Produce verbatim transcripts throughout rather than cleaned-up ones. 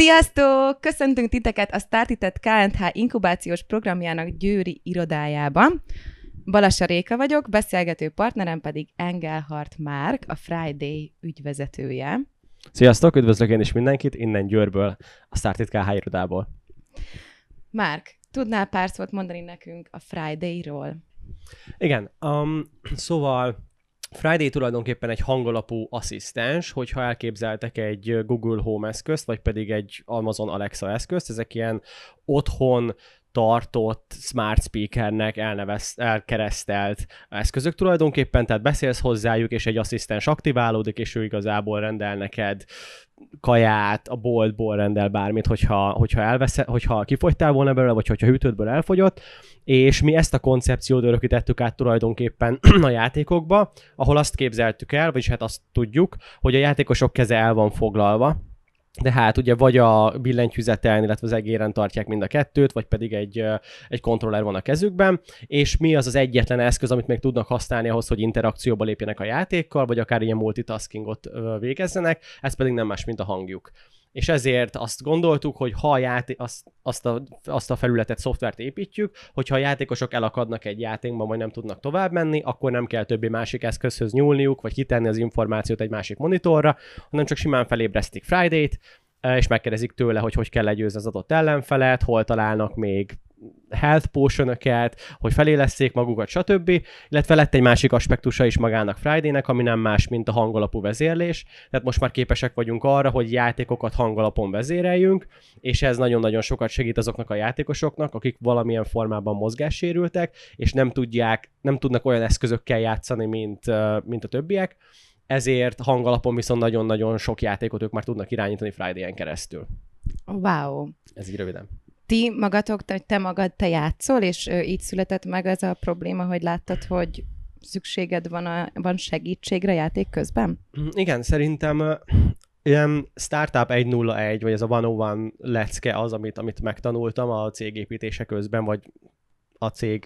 Sziasztok! Köszöntünk titeket a Startitet ká és há inkubációs programjának győri irodájában. Balassa Réka vagyok, beszélgető partnerem pedig Engelhardt Márk, a Friday ügyvezetője. Sziasztok, üdvözlök én is mindenkit, innen Győrből, a Startitet ká és há irodából. Márk, tudnál pár szót mondani nekünk a Friday-ról? Igen, um, szóval Friday tulajdonképpen egy hangalapú asszisztens, hogyha elképzeltek egy Google Home eszközt, vagy pedig egy Amazon Alexa eszközt, ezek ilyen otthon tartott smart speakernek elnevez, elkeresztelt eszközök tulajdonképpen, tehát beszélsz hozzájuk, és egy asszisztens aktiválódik, és ő igazából rendel neked kaját, a boltból rendel bármit, hogyha, hogyha, elvesz, hogyha kifogytál volna belőle, vagy hogyha hűtődből elfogyott, és mi ezt a koncepciót örökítettük át tulajdonképpen a játékokba, ahol azt képzeltük el, vagyis hát azt tudjuk, hogy a játékosok keze el van foglalva, de hát ugye vagy a billentyűzeten, illetve az egéren tartják mind a kettőt, vagy pedig egy, egy kontroller van a kezükben, és mi az az egyetlen eszköz, amit még tudnak használni ahhoz, hogy interakcióba lépjenek a játékkal, vagy akár ilyen multitaskingot végezzenek, ez pedig nem más, mint a hangjuk. És ezért azt gondoltuk, hogy ha a játé- azt, azt, a, azt a felületet, szoftvert építjük, hogyha a játékosok elakadnak egy játékban, vagy nem tudnak tovább menni, akkor nem kell többi másik eszközhöz nyúlniuk, vagy kitenni az információt egy másik monitorra, hanem csak simán felébresztik Friday-t, és megkérdezik tőle, hogy hogy kell legyőzni az adott ellenfelet, hol találnak még health potion-öket, hogy felélesszék magukat, stb. Illetve lett egy másik aspektusa is magának Friday-nek, ami nem más, mint a hangalapú vezérlés. Tehát most már képesek vagyunk arra, hogy játékokat hangalapon vezéreljünk, és ez nagyon-nagyon sokat segít azoknak a játékosoknak, akik valamilyen formában mozgássérültek, és nem tudják, nem tudnak olyan eszközökkel játszani, mint, mint a többiek. Ezért hangalapon viszont nagyon-nagyon sok játékot ők már tudnak irányítani Friday-en keresztül. Wow! Ez így röviden. Ti magatok, te, te magad, te játszol, és ö, így született meg ez a probléma, hogy láttad, hogy szükséged van, a, van segítségre játék közben? Igen, szerintem uh, ilyen Startup egy nulla egy, vagy ez a százegy lecke az, amit, amit megtanultam a cégépítése közben, vagy a cég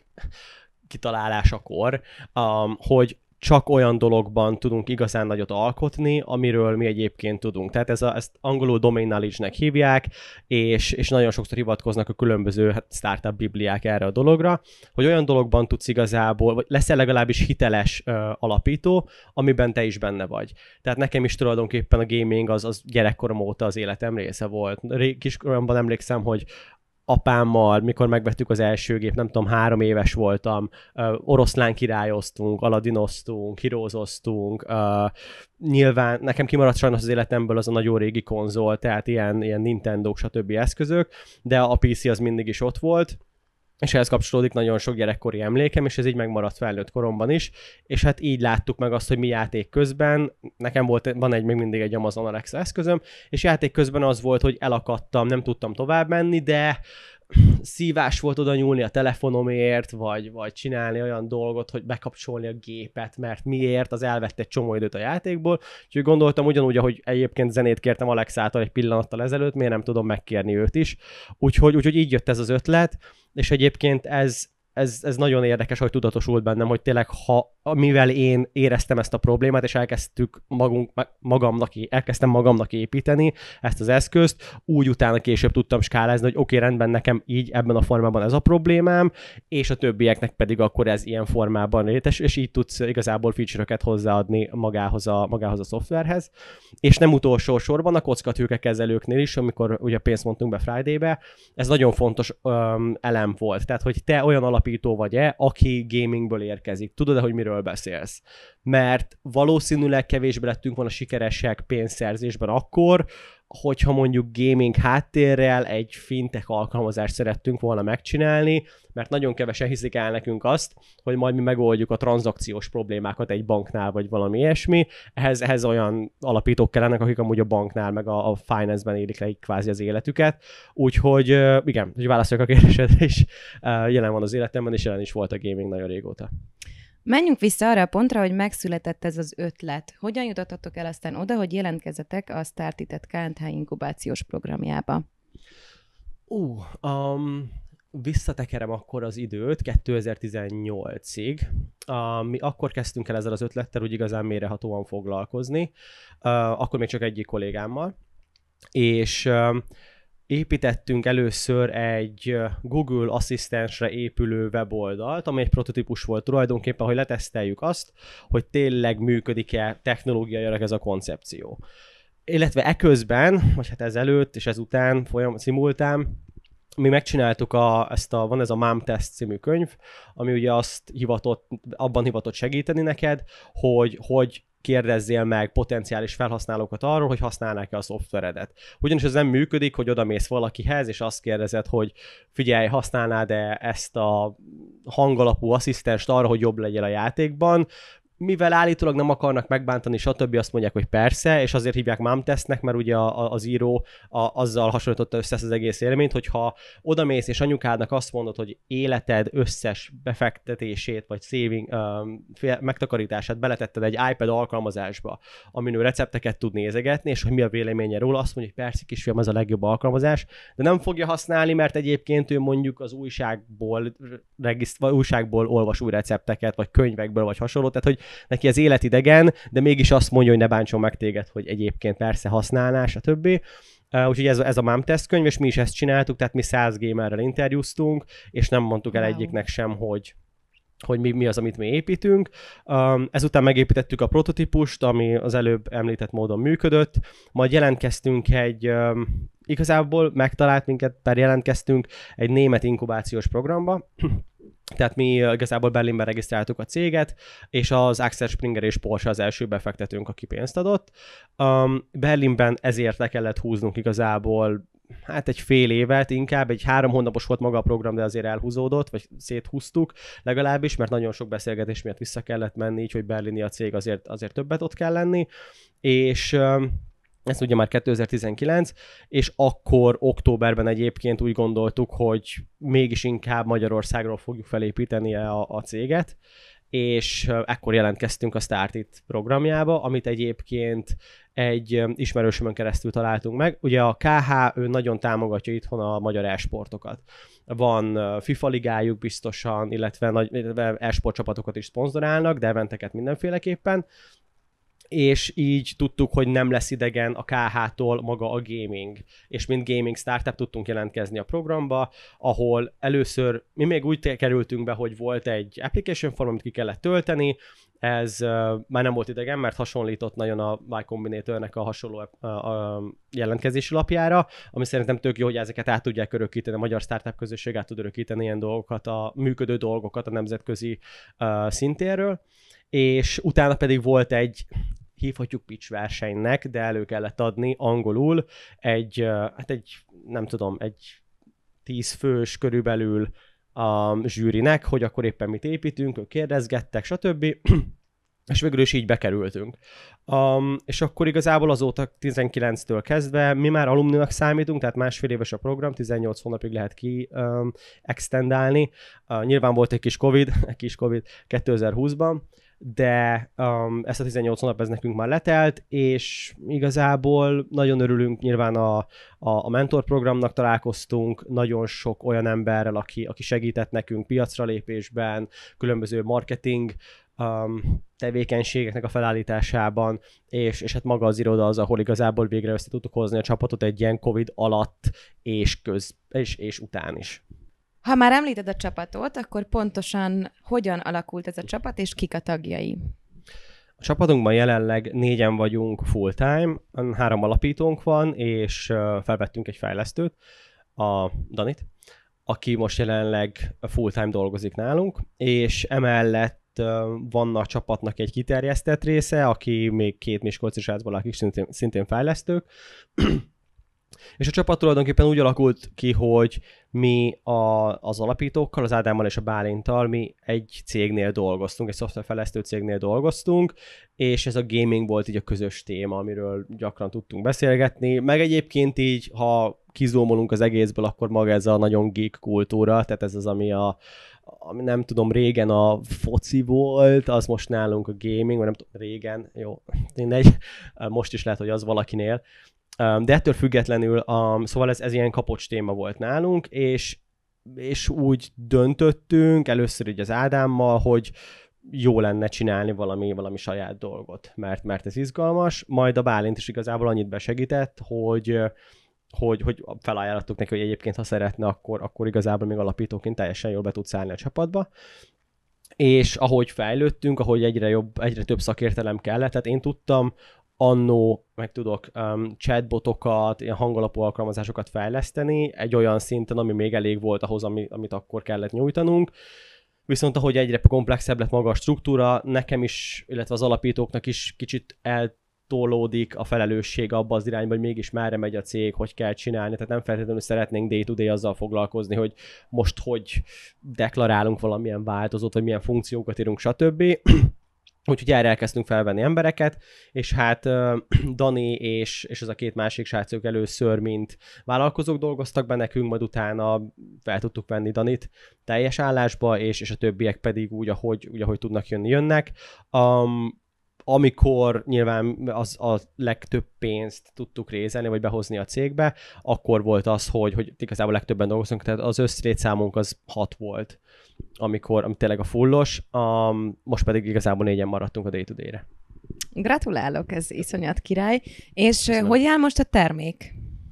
kitalálásakor, um, hogy csak olyan dologban tudunk igazán nagyot alkotni, amiről mi egyébként tudunk. Tehát ez a, ezt angolul domain knowledge-nek hívják, és, és nagyon sokszor hivatkoznak a különböző hát startup bibliák erre a dologra, hogy olyan dologban tudsz igazából, vagy leszel legalábbis hiteles uh, alapító, amiben te is benne vagy. Tehát nekem is tulajdonképpen a gaming az, az gyerekkorom óta az életem része volt. Ré, kiskoromban emlékszem, hogy apámmal, mikor megvettük az első gép, nem tudom, három éves voltam, uh, oroszlán királyoztunk, aladinoztunk, hírózoztunk, uh, nyilván nekem kimaradt sajnos az életemből az a nagyon régi konzol, tehát ilyen, ilyen Nintendo, stb. Eszközök, de a pé cé az mindig is ott volt, és ehhez kapcsolódik nagyon sok gyerekkori emlékem, és ez így megmaradt felnőtt koromban is, és hát így láttuk meg azt, hogy mi játék közben, nekem volt, van egy még mindig egy Amazon Alexa eszközöm, és játék közben az volt, hogy elakadtam, nem tudtam tovább menni, de szívás volt oda nyúlni a telefonomért, vagy, vagy csinálni olyan dolgot, hogy bekapcsolni a gépet, mert miért, az elvette egy csomó időt a játékból, úgyhogy gondoltam ugyanúgy, ahogy egyébként zenét kértem Alexától egy pillanattal ezelőtt, miért nem tudom megkérni őt is, úgyhogy, úgyhogy így jött ez az ötlet, és egyébként ez, ez, ez nagyon érdekes, hogy tudatosult bennem, hogy tényleg, ha, mivel én éreztem ezt a problémát, és elkezdtük magunk, magamnak, elkezdtem magamnak építeni ezt az eszközt, úgy utána később tudtam skálázni, hogy oké, okay, rendben, nekem így ebben a formában ez a problémám, és a többieknek pedig akkor ez ilyen formában létes, és így tudsz igazából feature-öket hozzáadni magához a, magához a szoftverhez. És nem utolsó sorban a kockatőkekezelőknél is, amikor ugye pénzt mondtunk be Friday-be, ez nagyon fontos um, elem volt. Tehát, hogy te olyan alapító vagy-e, aki gamingből érkezik. Tudod-e, hogy miről beszélsz? Mert valószínűleg kevésbé lettünk volna sikeresek pénzszerzésben akkor, hogyha mondjuk gaming háttérrel egy fintech alkalmazást szerettünk volna megcsinálni, mert nagyon kevesen hiszik el nekünk azt, hogy majd mi megoldjuk a tranzakciós problémákat egy banknál, vagy valami ilyesmi. Ehhez, ehhez olyan alapítók kellenek, akik amúgy a banknál, meg a, a finance-ben élik le így kvázi az életüket. Úgyhogy igen, hogy válaszoljak a kérdésedre is, jelen van az életemben, és jelen is volt a gaming nagyon régóta. Menjünk vissza arra a pontra, hogy megszületett ez az ötlet. Hogyan jutottatok el aztán oda, hogy jelentkezzetek a Startitet ká és há inkubációs programjába? Uh, um, visszatekerem akkor az időt kétezer-tizennyolcig. Uh, mi akkor kezdtünk el ezzel az ötlettel, úgy igazán mélyrehatóan foglalkozni. Uh, akkor még csak egyik kollégámmal. és építettünk először egy Google asszisztensre épülő weboldalt, ami egy prototípus volt tulajdonképpen, hogy leteszteljük azt, hogy tényleg működik-e technológiailag ez a koncepció. Illetve eközben, vagy hát ezelőtt és ezután folyam, szimultán, mi megcsináltuk a, ezt a, van ez a MAM Test című könyv, ami ugye azt hivatott, abban hivatott segíteni neked, hogy hogy kérdezzél meg potenciális felhasználókat arról, hogy használnák-e a szoftveredet. Ugyanis ez nem működik, hogy odamész valakihez, és azt kérdezed, hogy figyelj, használnád-e ezt a hangalapú asszisztenst arra, hogy jobb legyél a játékban, mivel állítólag nem akarnak megbántani, stb. Azt mondják, hogy persze, és azért hívják MAM tesztnek, mert ugye a, a, az író a, azzal hasonlította össze az egész élményt, hogyha odamész és anyukádnak azt mondod, hogy életed összes befektetését, vagy saving, um, fél, megtakarítását beletetted egy iPad alkalmazásba, amin ő recepteket tud nézegetni, és hogy mi a véleménye róla, azt mondja, hogy persze kisfiam, ez a legjobb alkalmazás, de nem fogja használni, mert egyébként ő mondjuk az újságból, regiszt, vagy újságból olvas új recepteket, vagy könyvekből, vagy hasonló, tehát hogy neki ez életidegen, de mégis azt mondja, hogy ne bántson meg téged, hogy egyébként persze használná, stb. Uh, úgyhogy ez, ez a MAM Test könyv, és mi is ezt csináltuk, tehát mi száz gamerrel interjúztunk, és nem mondtuk el wow. egyiknek sem, hogy hogy mi, mi az, amit mi építünk. Um, ezután megépítettük a prototípust, ami az előbb említett módon működött, majd jelentkeztünk egy, um, igazából megtalált minket, per jelentkeztünk egy német inkubációs programba. Tehát mi igazából Berlinben regisztráltuk a céget, és az Axel Springer és Porsche az első befektetőnk, aki pénzt adott. Um, Berlinben ezért le kellett húznunk igazából hát egy fél évet inkább, egy három hónapos volt maga a program, de azért elhúzódott, vagy széthúztuk legalábbis, mert nagyon sok beszélgetés miatt vissza kellett menni, így hogy berlini a cég azért, azért többet ott kell lenni, és um, ez ugye már kétezer-tizenkilenc, és akkor októberben egyébként úgy gondoltuk, hogy mégis inkább Magyarországról fogjuk felépíteni a, a céget, és ekkor jelentkeztünk a Startit programjába, amit egyébként egy ismerősömön keresztül találtunk meg. Ugye a ká há, ő nagyon támogatja itthon a magyar e-sportokat. Van FIFA ligájuk biztosan, illetve nagy e-sport csapatokat is szponzorálnak, de eventeket mindenféleképpen, és így tudtuk, hogy nem lesz idegen a ká há-tól maga a gaming. És mint gaming startup tudtunk jelentkezni a programba, ahol először mi még úgy kerültünk be, hogy volt egy application form, amit ki kellett tölteni, ez uh, már nem volt idegen, mert hasonlított nagyon a Y Combinatornek a hasonló uh, a jelentkezési lapjára, ami szerintem tök jó, hogy ezeket át tudják örökíteni, a magyar startup közösség át tud örökíteni ilyen dolgokat, a működő dolgokat a nemzetközi uh, szintéről. És utána pedig volt egy, hívhatjuk pitch versenynek, de elő kellett adni angolul egy, hát egy, nem tudom, egy tíz fős körülbelül a zsűrinek, hogy akkor éppen mit építünk, ők kérdezgettek, stb. És végül is így bekerültünk. Um, és akkor igazából azóta tizenkilenctől kezdve mi már alumninak számítunk, tehát másfél éves a program, tizennyolc hónapig lehet ki um, extendálni. Uh, nyilván volt egy kis Covid, egy kis Covid kétezer-húszban, de um, ezt a tizennyolc hónap ez nekünk már letelt, és igazából nagyon örülünk, nyilván a, a, a mentorprogramnak találkoztunk, nagyon sok olyan emberrel, aki, aki segített nekünk piacra lépésben, különböző marketing um, tevékenységeknek a felállításában, és, és hát maga az iroda az, ahol igazából végre össze tudtuk hozni a csapatot egy ilyen Covid alatt és, köz, és, és után is. Ha már említed a csapatot, akkor pontosan hogyan alakult ez a csapat, és kik a tagjai? A csapatunkban jelenleg négyen vagyunk full-time, három alapítónk van, és felvettünk egy fejlesztőt, a Danit, aki most jelenleg full-time dolgozik nálunk, és emellett van a csapatnak egy kiterjesztett része, aki még két miskolci srácból, akik szintén, szintén fejlesztők. És a csapat tulajdonképpen úgy alakult ki, hogy mi a, az alapítókkal, az Ádámmal és a Bálinttal mi egy cégnél dolgoztunk, egy szoftverfejlesztő cégnél dolgoztunk, és ez a gaming volt így a közös téma, amiről gyakran tudtunk beszélgetni, meg egyébként így, ha kizómolunk az egészből, akkor maga ez a nagyon geek kultúra, tehát ez az, ami a ami nem tudom, régen a foci volt, az most nálunk a gaming, vagy nem tudom, régen, jó, mindegy, most is lehet, hogy az valakinél. De ettől függetlenül, um, szóval ez, ez ilyen kapocs téma volt nálunk, és, és úgy döntöttünk, először így az Ádámmal, hogy jó lenne csinálni valami, valami saját dolgot, mert, mert ez izgalmas. Majd a Bálint is igazából annyit besegített, hogy hogy, hogy felajánlottuk neki, hogy egyébként ha szeretne, akkor, akkor igazából még alapítóként teljesen jól be tudsz állni a csapatba. És ahogy fejlődtünk, ahogy egyre jobb, egyre több szakértelem kellett, tehát én tudtam annó, meg tudok um, chatbotokat, ilyen hangalapú alkalmazásokat fejleszteni egy olyan szinten, ami még elég volt ahhoz, ami, amit akkor kellett nyújtanunk. Viszont ahogy egyre komplexebb lett maga a struktúra, nekem is, illetve az alapítóknak is kicsit eltolódik a felelősség abba az irányba, hogy mégis merre megy a cég, hogy kell csinálni. Tehát nem feltétlenül szeretnénk day-to-day azzal foglalkozni, hogy most hogy deklarálunk valamilyen változót, vagy milyen funkciókat írunk, stb. Úgyhogy erre elkezdtünk felvenni embereket, és hát uh, Dani és, és az a két másik srácok először, mint vállalkozók dolgoztak be nekünk, majd utána fel tudtuk venni Danit teljes állásba, és, és a többiek pedig úgy, ahogy, úgy, ahogy tudnak jönni, jönnek. Um, amikor nyilván az a legtöbb pénzt tudtuk rézelni, vagy behozni a cégbe, akkor volt az, hogy, hogy igazából legtöbben dolgoztunk, tehát az összlétszámunk az hat volt, amikor, ami tényleg a fullos, um, most pedig igazából négyen maradtunk a day-to-day-re. Gratulálok, ez iszonyat király. És Köszönöm. Hogy áll most a termék?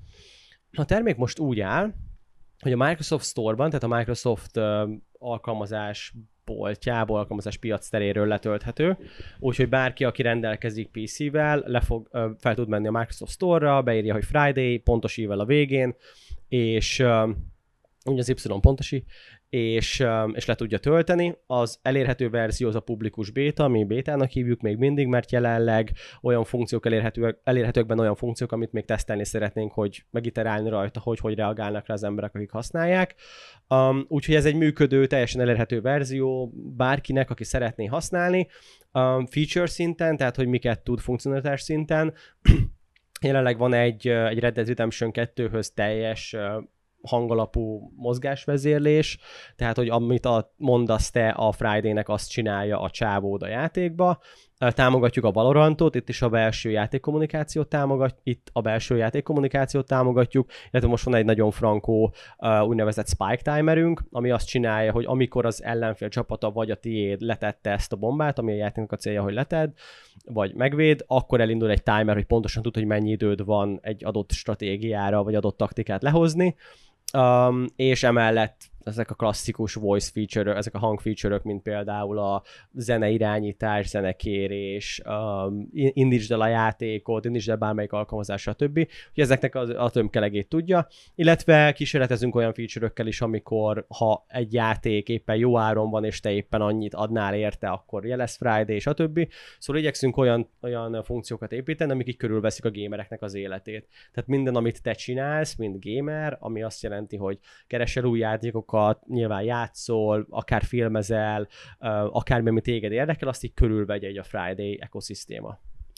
A termék most úgy áll, hogy a Microsoft Store-ban, tehát a Microsoft uh, alkalmazás boltjából, alkalmazás piac teréről letölthető, úgyhogy bárki, aki rendelkezik pé cével, lefog, uh, fel tud menni a Microsoft Store-ra, beírja, hogy Friday, pontos ível a végén, és uh, ugye az Y pontos i, és, és le tudja tölteni. Az elérhető verzió az a publikus béta, ami bétának hívjuk még mindig, mert jelenleg olyan funkciók elérhetőek, elérhetőek benne olyan funkciók, amit még tesztelni szeretnénk, hogy megiterálni rajta, hogy hogy reagálnak rá az emberek, akik használják. Um, úgyhogy ez egy működő, teljesen elérhető verzió bárkinek, aki szeretné használni. Um, feature szinten, tehát hogy miket tud funkcionalitás szinten. Jelenleg van egy, egy Red Dead Redemption kettőhöz teljes hangalapú mozgásvezérlés, tehát, hogy amit a, mondasz te a Friday-nek, azt csinálja a csávód a játékba. Támogatjuk a Valorantot, itt is a belső játékkommunikációt támogatjuk, itt a belső játékkommunikációt támogatjuk, illetve most van egy nagyon frankó uh, úgynevezett spike timerünk, ami azt csinálja, hogy amikor az ellenfél csapata vagy a tiéd letette ezt a bombát, ami a játéknak a célja, hogy leted, vagy megvéd, akkor elindul egy timer, hogy pontosan tud, hogy mennyi időd van egy adott stratégiára, vagy adott taktikát lehozni. Um, és emellett ezek a klasszikus voice feature-ök, ezek a hang feature-ök, mint például a zeneirányítás, zenekérés, um, indítsd el a játékot, indítsd el bármelyik alkalmazás, stb. Úgyhogy ezeknek a, a tömkelegét tudja, illetve kísérletezünk olyan feature-ökkel is, amikor ha egy játék éppen jó áron van, és te éppen annyit adnál érte, akkor jelez Friday, stb. Szóval igyekszünk olyan, olyan funkciókat építeni, amik így körülveszik a gamereknek az életét. Tehát minden, amit te csinálsz, mint gamer, ami azt jelenti, hogy keresel új játékokat, nyilván játszol, akár filmezel, akármi, ami téged érdekel, azt így körülvegye egy a Friday ekoszisztéma.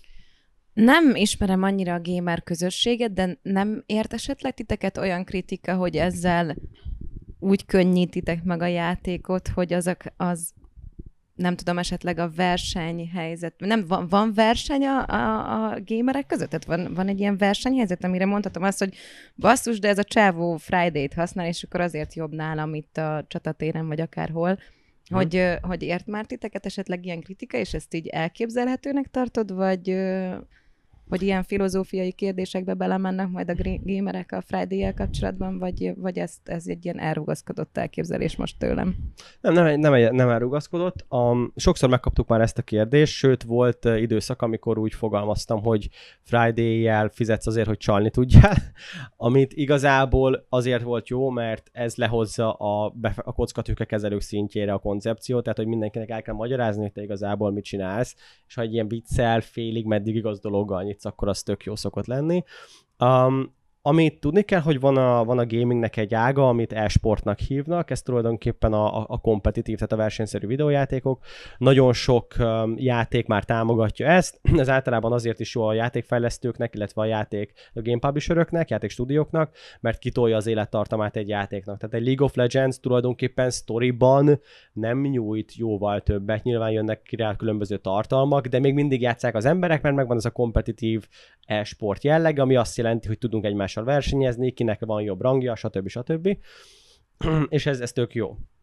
Nem ismerem annyira a gamer közösséget, de nem ért esetleg titeket olyan kritika, hogy ezzel úgy könnyítitek meg a játékot, hogy azok az, nem tudom, esetleg a versenyhelyzet, nem, van, van verseny a, a, a gamerek között? Tehát van, van egy ilyen versenyhelyzet, amire mondhatom azt, hogy basszus, de ez a csávó Friday-t használ, és akkor azért jobb nálam itt a csatatéren, vagy akárhol, hmm. hogy, hogy ért már titeket esetleg ilyen kritika, és ezt így elképzelhetőnek tartod, vagy hogy ilyen filozófiai kérdésekbe belemennek majd a gamerek a Friday-jel kapcsolatban, vagy, vagy ez, ez egy ilyen elrugaszkodott elképzelés most tőlem? Nem, nem, nem, nem elrugaszkodott. Um, sokszor megkaptuk már ezt a kérdést, sőt volt uh, időszak, amikor úgy fogalmaztam, hogy Friday-jel fizetsz azért, hogy csalni tudjál, amit igazából azért volt jó, mert ez lehozza a, a kockatőkekezelők szintjére a koncepciót, tehát hogy mindenkinek el kell magyarázni, hogy te igazából mit csinálsz, és ha egy ilyen viccel, félig, meddig igaz dologgal nyitsz, akkor az tök jó szokott lenni. Um, amit tudni kell, hogy van a, van a gamingnek egy ága, amit e-sportnak hívnak, ez tulajdonképpen a, a kompetitív, tehát a versenyszerű videójátékok. Nagyon sok um, játék már támogatja ezt, ez általában azért is jó a játékfejlesztőknek, illetve a játék a game publisheröknek, játékstúdióknak, mert kitolja az élettartamát egy játéknak. Tehát egy League of Legends tulajdonképpen sztoriban nem nyújt jóval többet, nyilván jönnek ki rá különböző tartalmak, de még mindig játsszák az emberek, mert megvan ez a kompetitív e-sport jelleg, ami azt jelenti, hogy tudunk egymással versenyezni, kinek van jobb rangja, stb. stb. És ez, ez tök jó.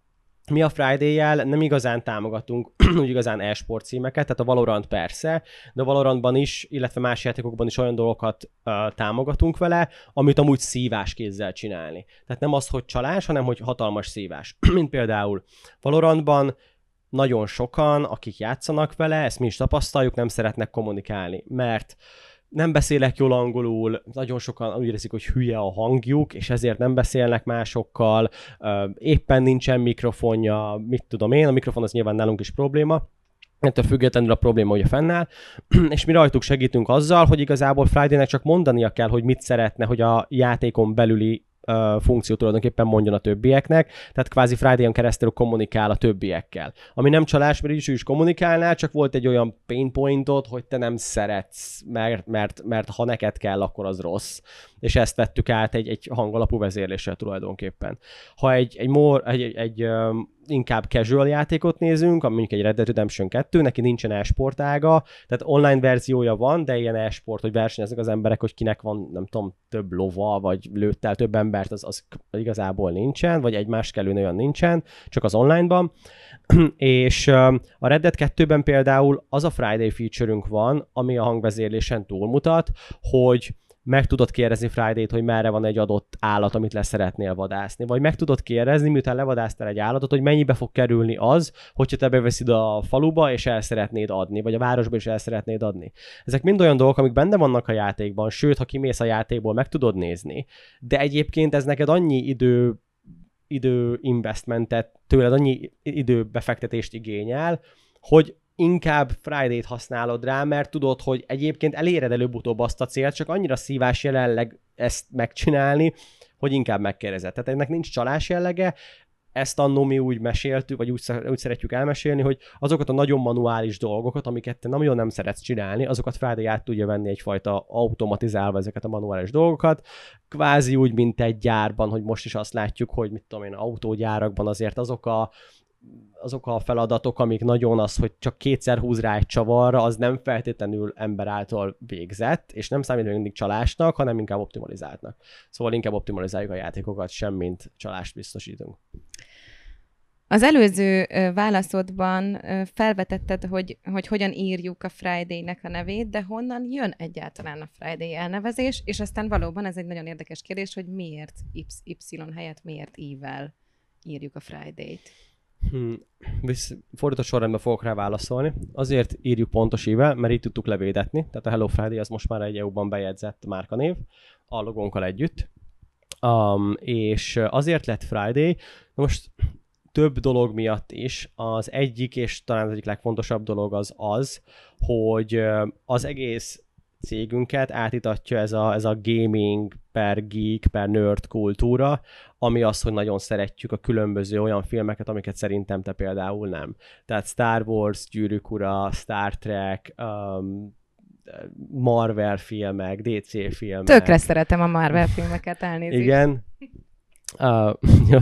mi a Friday-jel nem igazán támogatunk úgy igazán e-sport címeket, tehát a Valorant persze, de a Valorantban is, illetve más játékokban is olyan dolgokat uh, támogatunk vele, amit amúgy szívás kézzel csinálni. Tehát nem az, hogy csalás, hanem hogy hatalmas szívás. Mint például Valorantban nagyon sokan, akik játszanak vele, ezt mi is tapasztaljuk, nem szeretnek kommunikálni, mert nem beszélek jól angolul, nagyon sokan úgy érzik, hogy hülye a hangjuk, és ezért nem beszélnek másokkal, éppen nincsen mikrofonja, mit tudom én, a mikrofon az nyilván nálunk is probléma, ettől függetlenül a probléma ugye fennáll, és mi rajtuk segítünk azzal, hogy igazából Friday-nek csak mondania kell, hogy mit szeretne, hogy a játékon belüli Uh, funkció tulajdonképpen mondjon a többieknek, tehát kvázi Friday-on keresztül kommunikál a többiekkel. Ami nem csalás, mert is ő is kommunikálnál, csak volt egy olyan pain pointot, hogy te nem szeretsz, mert, mert, mert ha neked kell, akkor az rossz. És ezt vettük át egy, egy hangalapú vezérléssel tulajdonképpen. Ha egy, egy, more, egy, egy, egy um, inkább casual játékot nézünk, mondjuk egy Red Dead Redemption kettő, neki nincsen e-sport ága, tehát online verziója van, de ilyen e-sport, hogy versenyeznek az emberek, hogy kinek van, nem tudom, több lova, vagy lőtt el több embert, az, az igazából nincsen, vagy egymást kell lőni, olyan nincsen, csak az onlineban. És a Red Dead kettőben például az a Friday feature-ünk van, ami a hangvezérlésen túlmutat, hogy meg tudod kérdezni Friday-t, hogy merre van egy adott állat, amit le szeretnél vadászni. Vagy meg tudod kérdezni, miután levadásztál egy állatot, hogy mennyibe fog kerülni az, hogyha te beveszed a faluba, és el szeretnéd adni, vagy a városba is el szeretnéd adni. Ezek mind olyan dolgok, amik benne vannak a játékban, sőt, ha kimész a játékból, meg tudod nézni. De egyébként ez neked annyi idő, idő investmentet, tőled annyi időbefektetést igényel, hogy inkább Friday-t használod rá, mert tudod, hogy egyébként eléred előbb-utóbb azt a célt, csak annyira szívás jelenleg ezt megcsinálni, hogy inkább megkérdezed. Tehát ennek nincs csalás jellege, ezt annó mi úgy meséltük, vagy úgy, úgy szeretjük elmesélni, hogy azokat a nagyon manuális dolgokat, amiket te nagyon nem szeretsz csinálni, azokat Friday át tudja venni egyfajta automatizálva ezeket a manuális dolgokat, kvázi úgy, mint egy gyárban, hogy most is azt látjuk, hogy mit tudom én, autógyárakban azért azok a azok a feladatok, amik nagyon az, hogy csak kétszer húz rá egy csavarra, az nem feltétlenül ember által végzett, és nem számít még mindig csalásnak, hanem inkább optimalizáltnak. Szóval inkább optimalizáljuk a játékokat, semmint csalást biztosítunk. Az előző válaszodban felvetetted, hogy, hogy hogyan írjuk a Friday-nek a nevét, de honnan jön egyáltalán a Friday elnevezés, és aztán valóban ez egy nagyon érdekes kérdés, hogy miért Y helyett miért I-vel írjuk a Friday-t. Hmm. Visz, fordított sorrendben fogok rá válaszolni. Azért írjuk pontos ível, mert így tudtuk levédetni. Tehát a Hello Friday az most már egy é u-ban bejegyzett márkanév, a logónkkal együtt. Um, és azért lett Friday. Most több dolog miatt is. Az egyik, és talán az egyik legfontosabb dolog az az, hogy az egész cégünket átítatja ez a, ez a gaming per geek, per nerd kultúra, ami az, hogy nagyon szeretjük a különböző olyan filmeket, amiket szerintem te például nem. Tehát Star Wars, Gyűrűk ura, Star Trek, um, Marvel filmek, dé cé filmek. Tökre szeretem a Marvel filmeket, elnézést. Igen. Uh,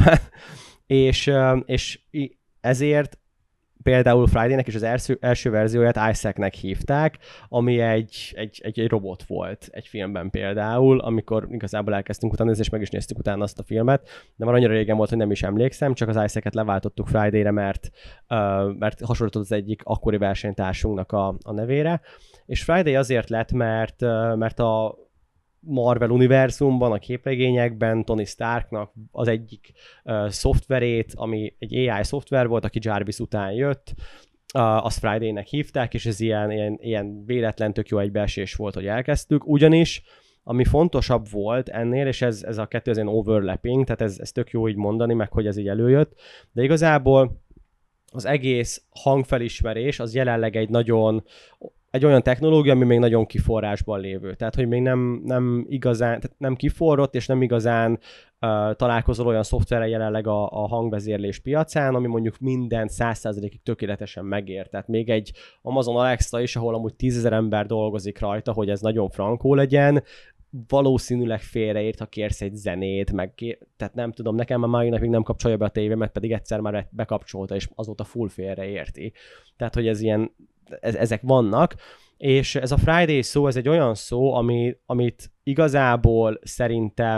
és, uh, és ezért például Friday-nek is az első, első verzióját Isaac-nek hívták, ami egy, egy, egy, egy robot volt egy filmben például, amikor igazából elkezdtünk utána nézni, és meg is néztük utána azt a filmet, de már annyira régen volt, hogy nem is emlékszem, csak az Isaac-et leváltottuk Friday-re, mert, uh, mert hasonlított az egyik akkori versenytársunknak a, a nevére, és Friday azért lett, mert, uh, mert a Marvel univerzumban, a képregényekben Tony Starknak az egyik uh, szoftverét, ami egy á i szoftver volt, aki Jarvis után jött, uh, azt Friday-nek hívták, és ez ilyen, ilyen, ilyen véletlen tök jó egybeesés volt, hogy elkezdtük, ugyanis ami fontosabb volt ennél, és ez, ez a kettő az ilyen overlapping, tehát ez, ez tök jó így mondani, meg hogy ez így előjött, de igazából az egész hangfelismerés az jelenleg egy nagyon egy olyan technológia, ami még nagyon kiforrásban lévő. Tehát, hogy még nem, nem igazán, tehát nem kiforrott, és nem igazán uh, találkozol olyan szoftverrel jelenleg a, a hangvezérlés piacán, ami mondjuk minden száz százalékig tökéletesen megér. Tehát még egy Amazon Alexa is, ahol amúgy tízezer ember dolgozik rajta, hogy ez nagyon frankó legyen, valószínűleg félreért, ha kérsz egy zenét, meg kér... tehát nem tudom, nekem már mai napig nem kapcsolja be a tévémet, pedig egyszer már bekapcsolta, és azóta full félreérti. Tehát, hogy ez ilyen ezek vannak, és ez a Friday szó, ez egy olyan szó, ami, amit igazából szerintem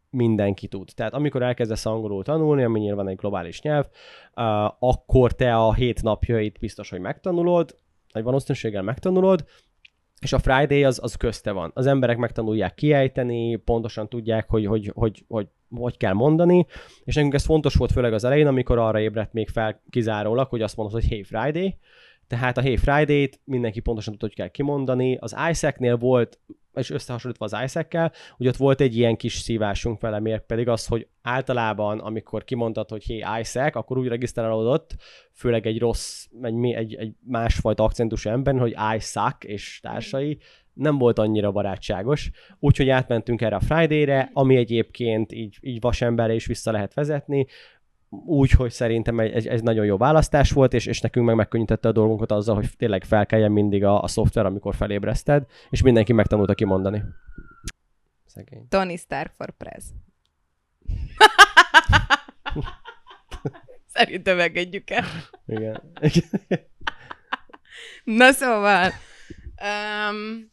mindenki tud. Tehát amikor elkezdesz angolul tanulni, ami nyilván egy globális nyelv, uh, akkor te a hét napjait biztos, hogy megtanulod, nagy valószínűséggel megtanulod, és a Friday az, az közte van. Az emberek megtanulják kiejteni, pontosan tudják, hogy hogy, hogy, hogy hogy kell mondani, és nekünk ez fontos volt főleg az elején, amikor arra ébredt még fel kizárólag, hogy azt mondod, hogy Hey Friday, tehát a Hey Friday-t mindenki pontosan tudta, hogy kell kimondani. Az i es e cé-nél volt, és összehasonlítva az i es e cé-kkel, hogy ott volt egy ilyen kis szívásunk vele, miért pedig az, hogy általában, amikor kimondtad, hogy Hey i es e cé, akkor úgy regisztrálódott, főleg egy rossz, egy, egy, egy másfajta akcentusú ember, hogy I suck és társai, nem volt annyira barátságos, úgyhogy átmentünk erre a Friday-re, ami egyébként így, így vasemberre is vissza lehet vezetni, úgyhogy szerintem egy, egy, egy nagyon jó választás volt, és, és nekünk meg megkönnyítette a dolgunkat azzal, hogy tényleg felkeljen mindig a, a szoftver, amikor felébreszted, és mindenki megtanulta kimondani. Szegény. Tony Stark for Prez. Szerintem megedjük el. Igen. Na szóval... Um,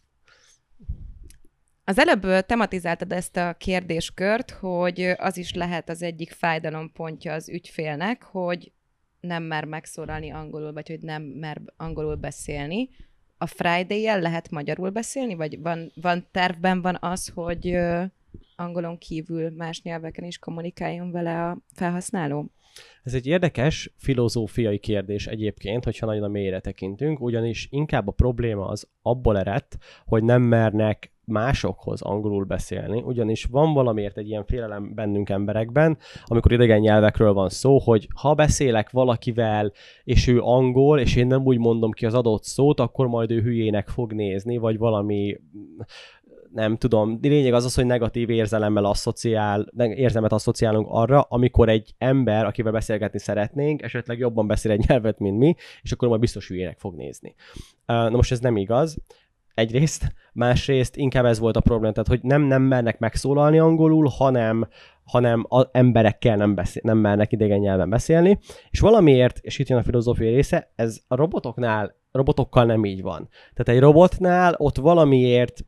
az előbb tematizáltad ezt a kérdéskört, hogy az is lehet az egyik fájdalompontja az ügyfélnek, hogy nem mer megszólalni angolul, vagy hogy nem mer angolul beszélni. A Friday-jel lehet magyarul beszélni, vagy van, van tervben van az, hogy angolon kívül más nyelveken is kommunikáljon vele a felhasználó? Ez egy érdekes filozófiai kérdés egyébként, hogyha nagyon a mélyre tekintünk, ugyanis inkább a probléma az abból eredt, hogy nem mernek másokhoz angolul beszélni, ugyanis van valamiért egy ilyen félelem bennünk emberekben, amikor idegen nyelvekről van szó, hogy ha beszélek valakivel, és ő angol, és én nem úgy mondom ki az adott szót, akkor majd ő hülyének fog nézni, vagy valami... nem tudom, lényeg az az, hogy negatív érzelemmel asszociál, érzelmet asszociálunk arra, amikor egy ember, akivel beszélgetni szeretnénk, esetleg jobban beszél egy nyelvet, mint mi, és akkor majd biztos hülyének fog nézni. Na most ez nem igaz. Egyrészt, másrészt inkább ez volt a probléma, tehát hogy nem, nem mernek megszólalni angolul, hanem, hanem az emberekkel nem, beszél, nem mernek idegen nyelven beszélni, és valamiért, és itt jön a filozófiai része, ez a robotoknál, robotokkal nem így van. Tehát egy robotnál ott valamiért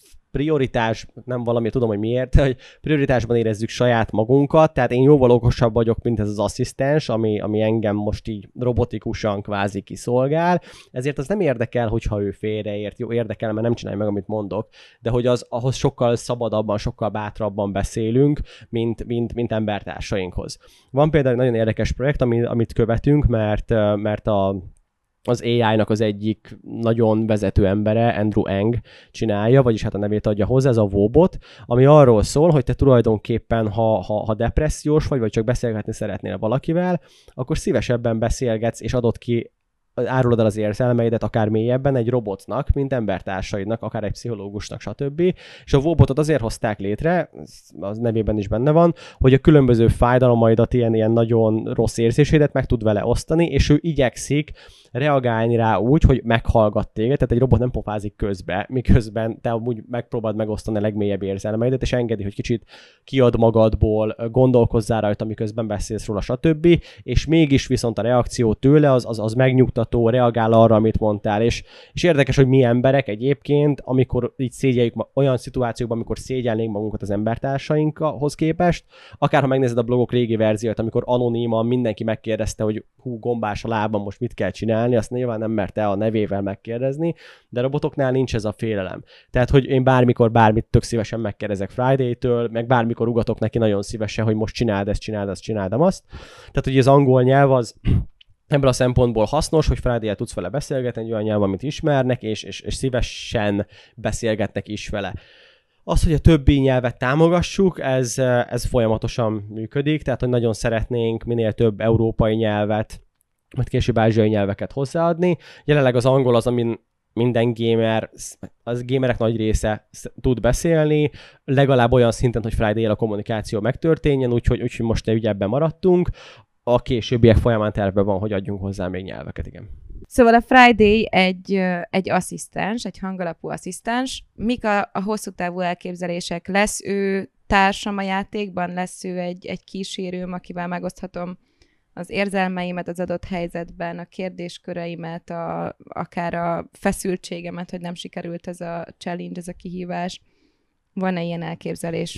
prioritás, nem valami, tudom, hogy miért, hogy prioritásban érezzük saját magunkat, tehát én jóval okosabb vagyok, mint ez az asszisztens, ami, ami engem most így robotikusan kvázi kiszolgál, ezért az nem érdekel, hogyha ő félreért, jó, érdekel, mert nem csinálja meg, amit mondok, de hogy az ahhoz sokkal szabadabban, sokkal bátrabban beszélünk, mint, mint, mint embertársainkhoz. Van például egy nagyon érdekes projekt, ami, amit követünk, mert, mert a az á í-nak az egyik nagyon vezető embere, Andrew Ng csinálja, vagyis hát a nevét adja hozzá, ez a Wobot, ami arról szól, hogy te tulajdonképpen, ha, ha, ha depressziós vagy, vagy csak beszélgetni szeretnél valakivel, akkor szívesebben beszélgetsz, és adod ki, árulod el az érzelmeidet akár mélyebben egy robotnak, mint embertársaidnak, akár egy pszichológusnak, stb. És a Wobotot azért hozták létre, az nevében is benne van, hogy a különböző fájdalomaidat, ilyen, ilyen nagyon rossz érzésédet meg tud vele osztani, és ő igyekszik reagálni rá úgy, hogy meghallgat téged, tehát egy robot nem pofázik közbe, miközben te úgy megpróbáld megosztani a legmélyebb érzelmeidet, és engedi, hogy kicsit kiad magadból, gondolkozzál rajta, miközben beszélsz róla, stb. És mégis viszont a reakció tőle az, az, az megnyugtató, reagál arra, amit mondtál, és, és érdekes, hogy mi emberek egyébként, amikor így szégyeljük olyan szituációkban, amikor szégyelnénk magunkat az embertársainkhoz képest, akár ha megnézed a blogok régi verziót, amikor anoniman mindenki megkérdezte, hogy hú, gombás a lábam, most mit kell csinálni, azt nyilván nem merte a nevével megkérdezni, de robotoknál nincs ez a félelem. Tehát, hogy én bármikor bármit tök szívesen megkérdezek Friday-től, meg bármikor ugatok neki nagyon szívesen, hogy most csináld ezt, csináld ezt, csináld azt. Tehát, hogy az angol nyelv az ebből a szempontból hasznos, hogy Friday-el tudsz vele beszélgetni, egy olyan nyelv, amit ismernek, és, és, és szívesen beszélgetnek is vele. Az, hogy a többi nyelvet támogassuk, ez, ez folyamatosan működik, tehát, hogy nagyon szeretnénk minél több európai nyelvet, majd később ázsiai nyelveket hozzáadni. Jelenleg az angol az, amin minden gamer, az gamerek nagy része tud beszélni, legalább olyan szinten, hogy Friday-el a kommunikáció megtörténjen, úgyhogy, úgyhogy most ugye ebben maradtunk. A későbbiek folyamán tervben van, hogy adjunk hozzá még nyelveket, igen. Szóval a Friday egy, egy asszisztens, egy hangalapú asszisztens. Mik a, a hosszú távú elképzelések? Lesz ő társam a játékban? Lesz ő egy, egy kísérőm, akivel megoszthatom az érzelmeimet az adott helyzetben, a kérdésköreimet, a, akár a feszültségemet, hogy nem sikerült ez a challenge, ez a kihívás. Van-e ilyen elképzelés?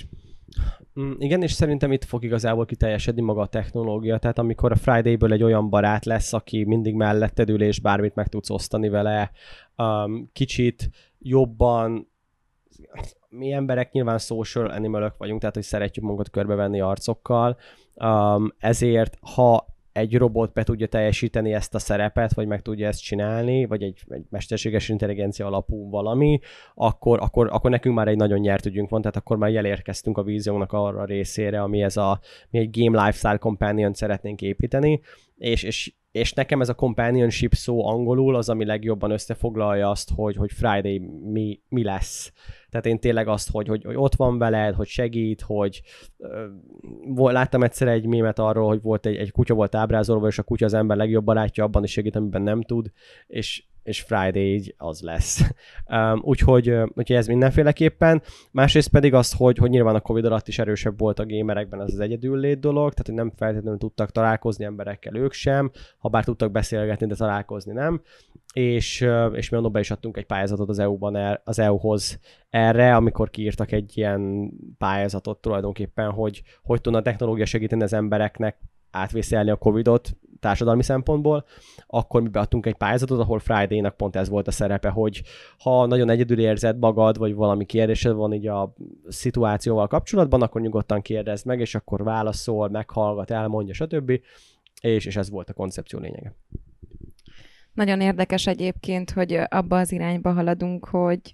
Igen, és szerintem itt fog igazából kiteljesedni maga a technológia, tehát amikor a Friday-ből egy olyan barát lesz, aki mindig melletted ül, és bármit meg tudsz osztani vele, um, kicsit jobban, mi emberek nyilván social animalok vagyunk, tehát hogy szeretjük magunkat körbevenni arcokkal, um, ezért ha egy robot be tudja teljesíteni ezt a szerepet, vagy meg tudja ezt csinálni, vagy egy, egy mesterséges intelligencia alapú valami, akkor, akkor, akkor nekünk már egy nagyon nyert ügyünk van, tehát akkor már elérkeztünk a víziónak arra a részére, ami ez a, mi egy Game Lifestyle Companion szeretnénk építeni, és, és, és nekem ez a companionship szó angolul az, ami legjobban összefoglalja azt, hogy, hogy Friday mi, mi lesz. Tehát én tényleg azt, hogy, hogy, hogy ott van veled, hogy segít, hogy uh, láttam egyszer egy mémet arról, hogy volt egy, egy kutya volt ábrázolva, és a kutya az ember legjobb barátja, abban is segít, amiben nem tud, és, és Friday így az lesz. Um, úgyhogy, úgyhogy ez mindenféleképpen. Másrészt pedig az, hogy, hogy nyilván a Covid alatt is erősebb volt a gamerekben az az egyedüllét dolog, tehát hogy nem feltétlenül tudtak találkozni emberekkel ők sem, ha bár tudtak beszélgetni, de találkozni nem. És, és mi annól be is adtunk egy pályázatot az é u-ban, az é u-hoz erre, amikor kiírtak egy ilyen pályázatot tulajdonképpen, hogy hogy tudna a technológia segíteni az embereknek átvészelni a Covidot társadalmi szempontból, akkor mi beadtunk egy pályázatot, ahol Friday-nak pont ez volt a szerepe, hogy ha nagyon egyedül érzed magad, vagy valami kérdésed van így a szituációval kapcsolatban, akkor nyugodtan kérdezd meg, és akkor válaszol, meghallgat, elmondja, stb. És, és ez volt a koncepció lényege. Nagyon érdekes egyébként, hogy abba az irányba haladunk, hogy,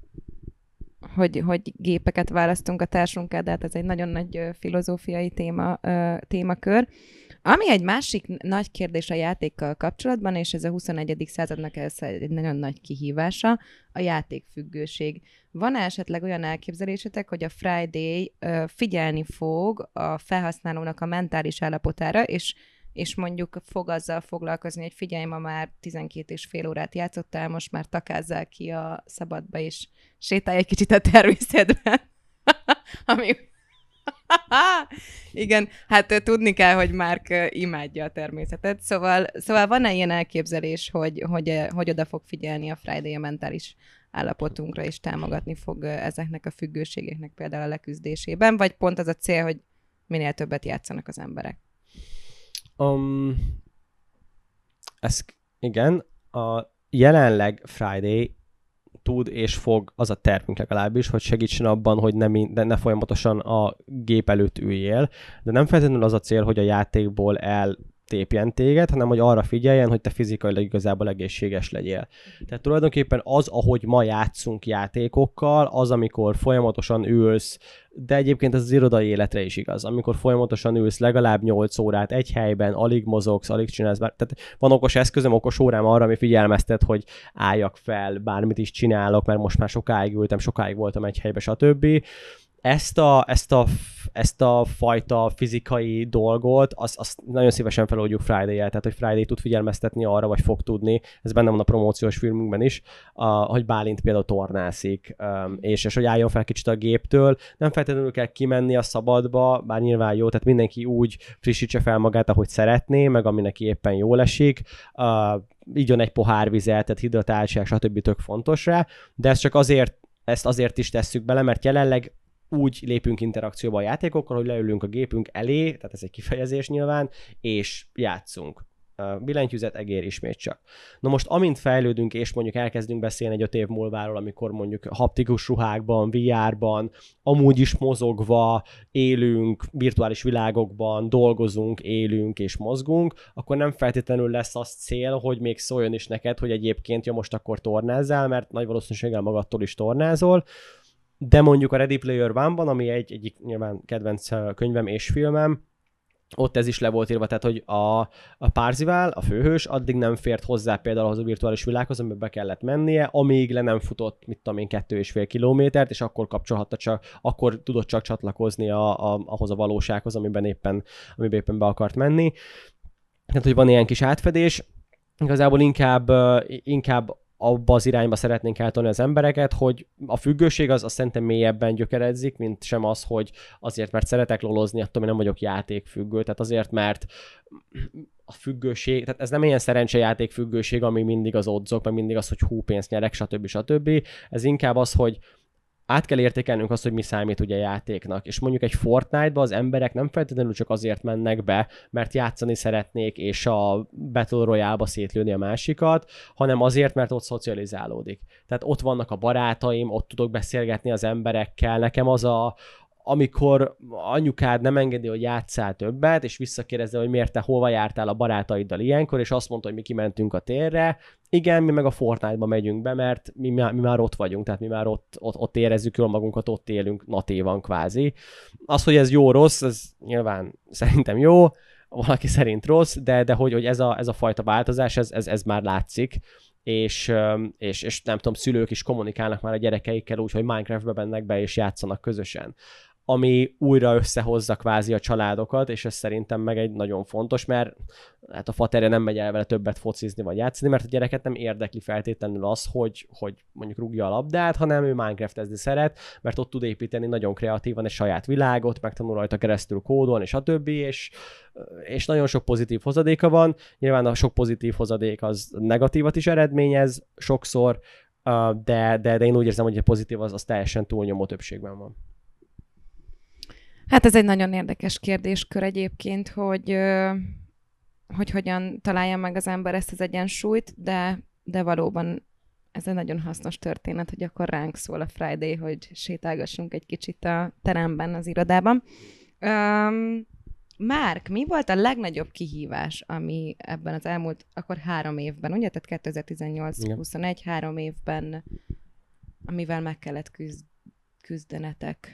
hogy, hogy gépeket választunk a társunkkal, de hát ez egy nagyon nagy filozófiai téma, témakör. Ami egy másik nagy kérdés a játékkal kapcsolatban, és ez a huszonegyedik századnak ez egy nagyon nagy kihívása, a játékfüggőség. Van esetleg olyan elképzelésetek, hogy a Friday figyelni fog a felhasználónak a mentális állapotára, és és mondjuk fog azzal foglalkozni, hogy figyelj, ma már tizenkét és fél órát játszottál, most már takázzál ki a szabadba, és sétálj egy kicsit a természetben. Ami... Igen, hát tudni kell, hogy Márk imádja a természetet, szóval, szóval van-e ilyen elképzelés, hogy, hogy, hogy oda fog figyelni a Friday a mentális állapotunkra, és támogatni fog ezeknek a függőségeknek például a leküzdésében, vagy pont az a cél, hogy minél többet játszanak az emberek? Um, ez, igen, a jelenleg Friday tud és fog, az a tervünk legalábbis, hogy segítsen abban, hogy ne, de ne folyamatosan a gép előtt üljél, de nem feltétlenül az a cél, hogy a játékból eltépjen téged, hanem hogy arra figyeljen, hogy te fizikailag igazából egészséges legyél. Tehát tulajdonképpen az, ahogy ma játszunk játékokkal, az, amikor folyamatosan ülsz, de egyébként ez az irodai életre is igaz. Amikor folyamatosan ülsz legalább nyolc órát egy helyben, alig mozogsz, alig csinálsz, bár... tehát van okos eszközöm, okos órám arra, ami figyelmeztet, hogy álljak fel, bármit is csinálok, mert most már sokáig ültem, sokáig voltam egy helyben, stb. Ezt a, ezt a, ezt a fajta fizikai dolgot, azt, azt nagyon szívesen feloldjuk Friday-jel, tehát hogy Friday tud figyelmeztetni arra, vagy fog tudni, ez benne van a promóciós filmünkben is, a, hogy Bálint például tornászik, um, és, és hogy álljon fel kicsit a géptől, nem feltétlenül kell kimenni a szabadba, bár nyilván jó, tehát mindenki úgy frissítse fel magát, ahogy szeretné, meg ami neki éppen jól esik, uh, igyon egy pohár vizet, tehát hidratáltság, stb. Tök fontos rá, de ez csak azért, ezt azért is tesszük bele, mert jelenleg úgy lépünk interakcióba a játékokkal, hogy leülünk a gépünk elé, tehát ez egy kifejezés nyilván, és játszunk. Billentyűzet, egér, ismét csak. Na most, amint fejlődünk, és mondjuk elkezdünk beszélni egy öt év múlváról, amikor mondjuk haptikus ruhákban, vé er-ban, amúgy is mozogva élünk, virtuális világokban, dolgozunk, élünk és mozgunk, akkor nem feltétlenül lesz az cél, hogy még szóljon is neked, hogy egyébként ja, most akkor tornázzál, mert nagy valószínűséggel magadtól is tornázol, de mondjuk a Ready Player One-ban, ami egy egyik nyilván kedvenc könyvem és filmem, ott ez is le volt írva, tehát hogy a, a Parzival, a főhős, addig nem fért hozzá például ahhoz a virtuális világhoz, amiben be kellett mennie, amíg le nem futott, mit tudom én, kettő és fél kilométert, és akkor kapcsolhatta csak, akkor tudott csak csatlakozni a, a, ahhoz a valósághoz, amiben éppen, amiben éppen be akart menni. Tehát, hogy van ilyen kis átfedés, igazából inkább, inkább abba az irányba szeretnénk eltolni az embereket, hogy a függőség az, az szerintem mélyebben gyökeredzik, mint sem az, hogy azért, mert szeretek lolozni, attól nem vagyok játékfüggő, tehát azért, mert a függőség, tehát ez nem ilyen szerencsejáték függőség, ami mindig az odzok, meg mindig az, hogy hú, pénzt nyerek, stb. stb. Ez inkább az, hogy át kell értékelnünk azt, hogy mi számít ugye játéknak. És mondjuk egy Fortnite-ba az emberek nem feltétlenül csak azért mennek be, mert játszani szeretnék, és a Battle Royale-ba szétlőni a másikat, hanem azért, mert ott szocializálódik. Tehát ott vannak a barátaim, ott tudok beszélgetni az emberekkel. Nekem az a amikor anyukád nem engedi, hogy játsszál többet, és visszakérdezze, hogy miért te hova jártál a barátaiddal ilyenkor, és azt mondta, hogy mi kimentünk a térre. Igen, mi meg a Fortnite-ba megyünk be, mert mi, mi már ott vagyunk, tehát mi már ott, ott, ott érezzük jól magunkat, ott élünk natívan kvázi. Az, hogy ez jó-rossz, ez nyilván szerintem jó, valaki szerint rossz, de, de hogy, hogy ez, a, ez a fajta változás, ez, ez, ez már látszik. És, és, és nem tudom, szülők is kommunikálnak már a gyerekeikkel úgy, hogy Minecraftbe bennek be és játszanak közösen. Ami újra összehozza kvázi a családokat, és ez szerintem meg egy nagyon fontos, mert hát a faterja nem megy el vele többet focizni vagy játszani, mert a gyereket nem érdekli feltétlenül az, hogy, hogy mondjuk rúgja a labdát, hanem ő Minecraftezni szeret, mert ott tud építeni nagyon kreatívan egy saját világot, megtanul rajta keresztül kódolni, és a többi, és, és nagyon sok pozitív hozadéka van. Nyilván a sok pozitív hozadék az negatívat is eredményez sokszor, de, de, de én úgy érzem, hogy a pozitív az, az teljesen túlnyomó többségben van. Hát ez egy nagyon érdekes kérdéskör egyébként, hogy, hogy hogyan találja meg az ember ezt az egyensúlyt, de, de valóban ez egy nagyon hasznos történet, hogy akkor ránk szól a Friday, hogy sétálgassunk egy kicsit a teremben, az irodában. Um, Márk, mi volt a legnagyobb kihívás, ami ebben az elmúlt akkor három évben, ugye? Tehát kétezer-tizennyolc huszonegy, három évben, amivel meg kellett küzd, küzdenetek?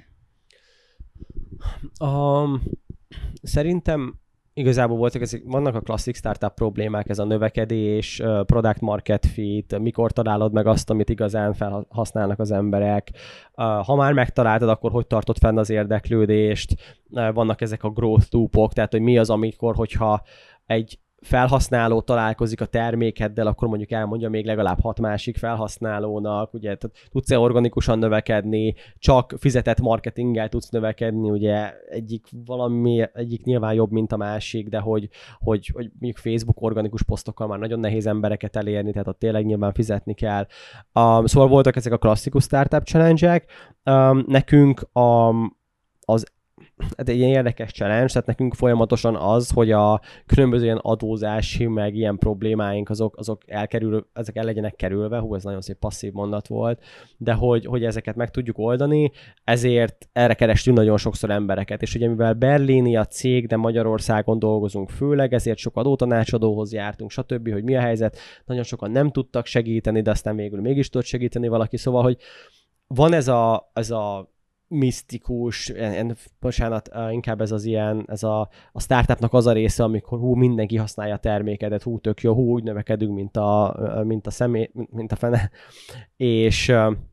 Um, szerintem igazából voltak, ezek, vannak a klasszik startup problémák, ez a növekedés, product market fit, mikor találod meg azt, amit igazán felhasználnak az emberek. Ha már megtaláltad, akkor hogy tartod fenn az érdeklődést. Vannak ezek a growth loopok, tehát hogy mi az, amikor, hogyha egy felhasználó találkozik a termékeddel, akkor mondjuk elmondja még legalább hat másik felhasználónak, ugye, tehát tudsz-e organikusan növekedni, csak fizetett marketinggel tudsz növekedni, ugye egyik valami, egyik nyilván jobb, mint a másik, de hogy, hogy, hogy mondjuk Facebook organikus posztokkal már nagyon nehéz embereket elérni, tehát ott tényleg nyilván fizetni kell. Um, szóval voltak ezek a klasszikus startup challenge-ek. Um, nekünk um, az ez egy ilyen érdekes challenge, tehát nekünk folyamatosan az, hogy a különböző ilyen adózási, meg ilyen problémáink, azok, azok elkerül, ezek el legyenek kerülve, hú, ez nagyon szép passzív mondat volt, de hogy, hogy ezeket meg tudjuk oldani, ezért erre kerestünk nagyon sokszor embereket, és ugye mivel berlini a cég, de Magyarországon dolgozunk főleg, ezért sok adótanácsadóhoz jártunk, stb., hogy mi a helyzet, nagyon sokan nem tudtak segíteni, de aztán végül mégis tudott segíteni valaki, szóval, hogy van ez a, ez a misztikus, en, bocsánat, inkább ez az ilyen, ez a, a startupnak az a része, amikor hú, mindenki használja a termékedet, hú, tök jó, hú, úgy növekedünk, mint a, mint a személy, mint a fene, és,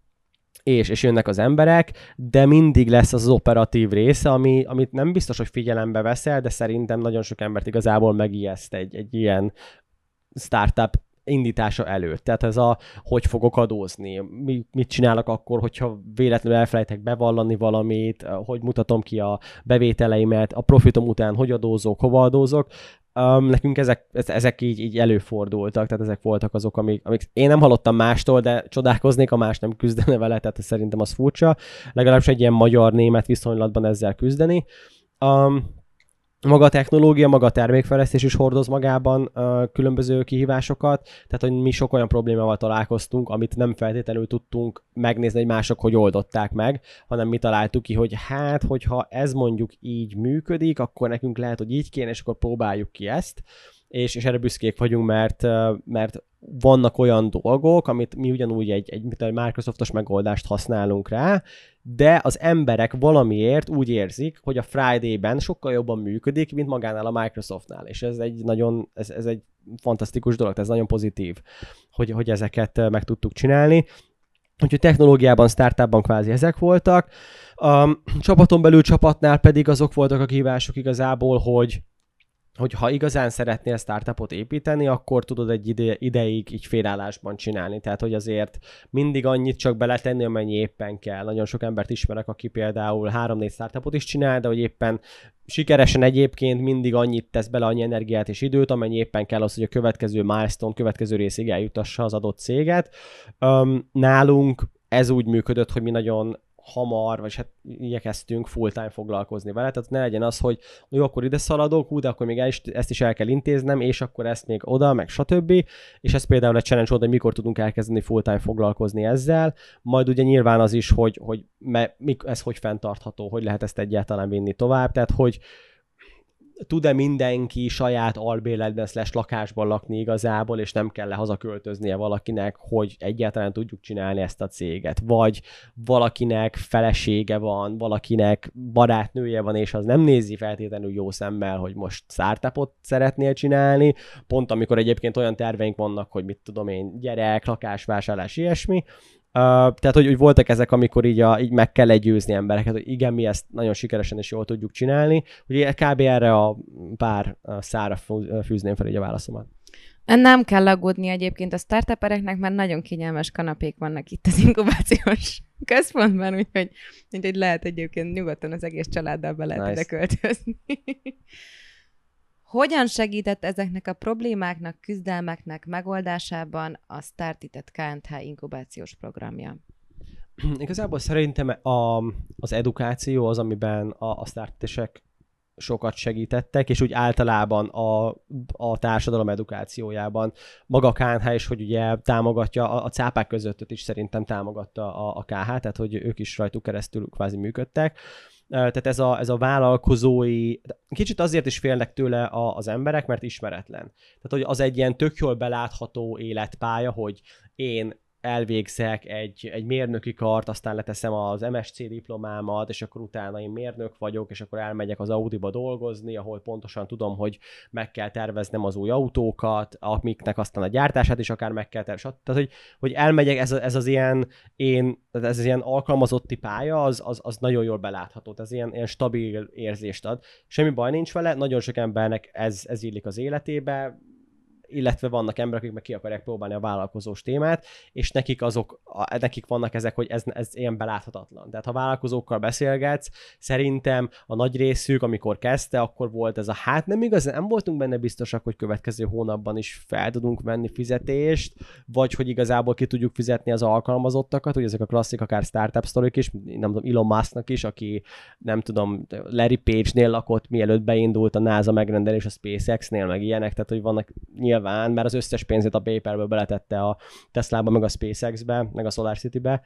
és, és jönnek az emberek, de mindig lesz az, az operatív része, ami, amit nem biztos, hogy figyelembe veszel, de szerintem nagyon sok embert igazából megijeszt egy, egy ilyen startup indítása előtt. Tehát ez a, hogy fogok adózni, mi, mit csinálok akkor, hogyha véletlenül elfelejtek bevallani valamit, hogy mutatom ki a bevételeimet, a profitom után hogy adózok, hova adózok. Um, nekünk ezek, ezek így, így előfordultak, tehát ezek voltak azok, amik, amik én nem hallottam mástól, de csodálkoznék, a más nem küzdene vele, tehát szerintem az furcsa. Legalábbis egy ilyen magyar-német viszonylatban ezzel küzdeni. Um, Maga a technológia, maga a termékfejlesztés is hordoz magában uh, különböző kihívásokat, tehát hogy mi sok olyan problémával találkoztunk, amit nem feltétlenül tudtunk megnézni, hogy mások hogy oldották meg, hanem mi találtuk ki, hogy hát, hogyha ez mondjuk így működik, akkor nekünk lehet, hogy így kéne, és akkor próbáljuk ki ezt, és, és erre büszkék vagyunk, mert, uh, mert vannak olyan dolgok, amit mi ugyanúgy egy, egy, egy Microsoftos megoldást használunk rá, de az emberek valamiért úgy érzik, hogy a Friday-ben sokkal jobban működik, mint magánál a Microsoftnál, és ez egy nagyon, ez, ez egy fantasztikus dolog, ez nagyon pozitív, hogy, hogy ezeket meg tudtuk csinálni. Úgyhogy technológiában, startupban kvázi ezek voltak. A csapaton belül csapatnál pedig azok voltak a kihívások igazából, hogy hogy ha igazán szeretnél startupot építeni, akkor tudod egy ide, ideig így félállásban csinálni. Tehát, hogy azért mindig annyit csak beletenni, amennyi éppen kell. Nagyon sok embert ismerek, aki például három-négy startupot is csinál, de hogy éppen sikeresen egyébként mindig annyit tesz bele, annyi energiát és időt, amennyi éppen kell az, hogy a következő milestone, következő részig eljutassa az adott céget. Um, nálunk ez úgy működött, hogy mi nagyon hamar, vagy hát igyekeztünk full-time foglalkozni vele, tehát ne legyen az, hogy jó, akkor ide szaladok, hú, de akkor még el is, ezt is el kell intéznem, és akkor ezt még oda, meg stb. És ez például egy challenge volt, hogy mikor tudunk elkezdeni full-time foglalkozni ezzel, majd ugye nyilván az is, hogy, hogy me, ez hogy fenntartható, hogy lehet ezt egyáltalán vinni tovább, tehát hogy tud-e mindenki saját albérletben slash lakásban lakni igazából, és nem kell hazaköltöznie valakinek, hogy egyáltalán tudjuk csinálni ezt a céget. Vagy valakinek felesége van, valakinek barátnője van, és az nem nézi feltétlenül jó szemmel, hogy most startupot szeretnél csinálni, pont amikor egyébként olyan terveink vannak, hogy mit tudom én, gyerek, lakásvásárlás, ilyesmi. Uh, tehát, hogy, hogy voltak ezek, amikor így, a, így meg kell legyőzni embereket, hogy igen, mi ezt nagyon sikeresen és jól tudjuk csinálni. Ugye kb. Erre a pár szára fűzném fel így a válaszomat. Nem kell aggódni egyébként a startupereknek, mert nagyon kényelmes kanapék vannak itt az inkubációs központban, úgyhogy, úgyhogy lehet egyébként nyugodtan az egész családdal be lehet nice. Ide költözni. Hogyan segített ezeknek a problémáknak, küzdelmeknek megoldásában a Startitet ká en há inkubációs programja? Igazából szerintem a, az edukáció az, amiben a, a startitesek sokat segítettek, és úgy általában a, a társadalom edukációjában maga a ká en há is, hogy ugye támogatja, a, a cápák között is szerintem támogatta a, a ká há, tehát hogy ők is rajtuk keresztül kvázi működtek. Tehát ez a, ez a vállalkozói, kicsit azért is félnek tőle a, az emberek, mert ismeretlen. Tehát, hogy az egy ilyen tök jól belátható életpálya, hogy én elvégzek egy, egy mérnöki kart, aztán leteszem az em es cé diplomámat, és akkor utána én mérnök vagyok, és akkor elmegyek az Audiba dolgozni, ahol pontosan tudom, hogy meg kell terveznem az új autókat, amiknek aztán a gyártását is akár meg kell tervezni. Tehát, hogy, hogy elmegyek, ez, ez az ilyen, én, ez az ilyen alkalmazotti pálya, az, az, az nagyon jól belátható, ez ilyen, ilyen stabil érzést ad. Semmi baj nincs vele, nagyon sok embernek ez, ez illik az életébe, illetve vannak emberek, akik meg ki akarják próbálni a vállalkozós témát, és nekik azok, nekik vannak ezek, hogy ez, ez ilyen beláthatatlan. Tehát ha vállalkozókkal beszélgetsz, szerintem a nagy részük, amikor kezdte, akkor volt ez a hát nem igazán, nem voltunk benne biztosak, hogy következő hónapban is fel tudunk venni fizetést, vagy hogy igazából ki tudjuk fizetni az alkalmazottakat, hogy ezek a klasszik akár startup sztorik is, nem tudom, Elon Musknak is, aki nem tudom, Larry Page-nél lakott, mielőtt beindult a NASA megrendelés a SpaceX-nél, meg ilyenek, tehát hogy vannak nyilván, mert az összes pénzét a PayPal-ből beletette a Tesla-ba, meg a SpaceX-be, meg a SolarCity-be,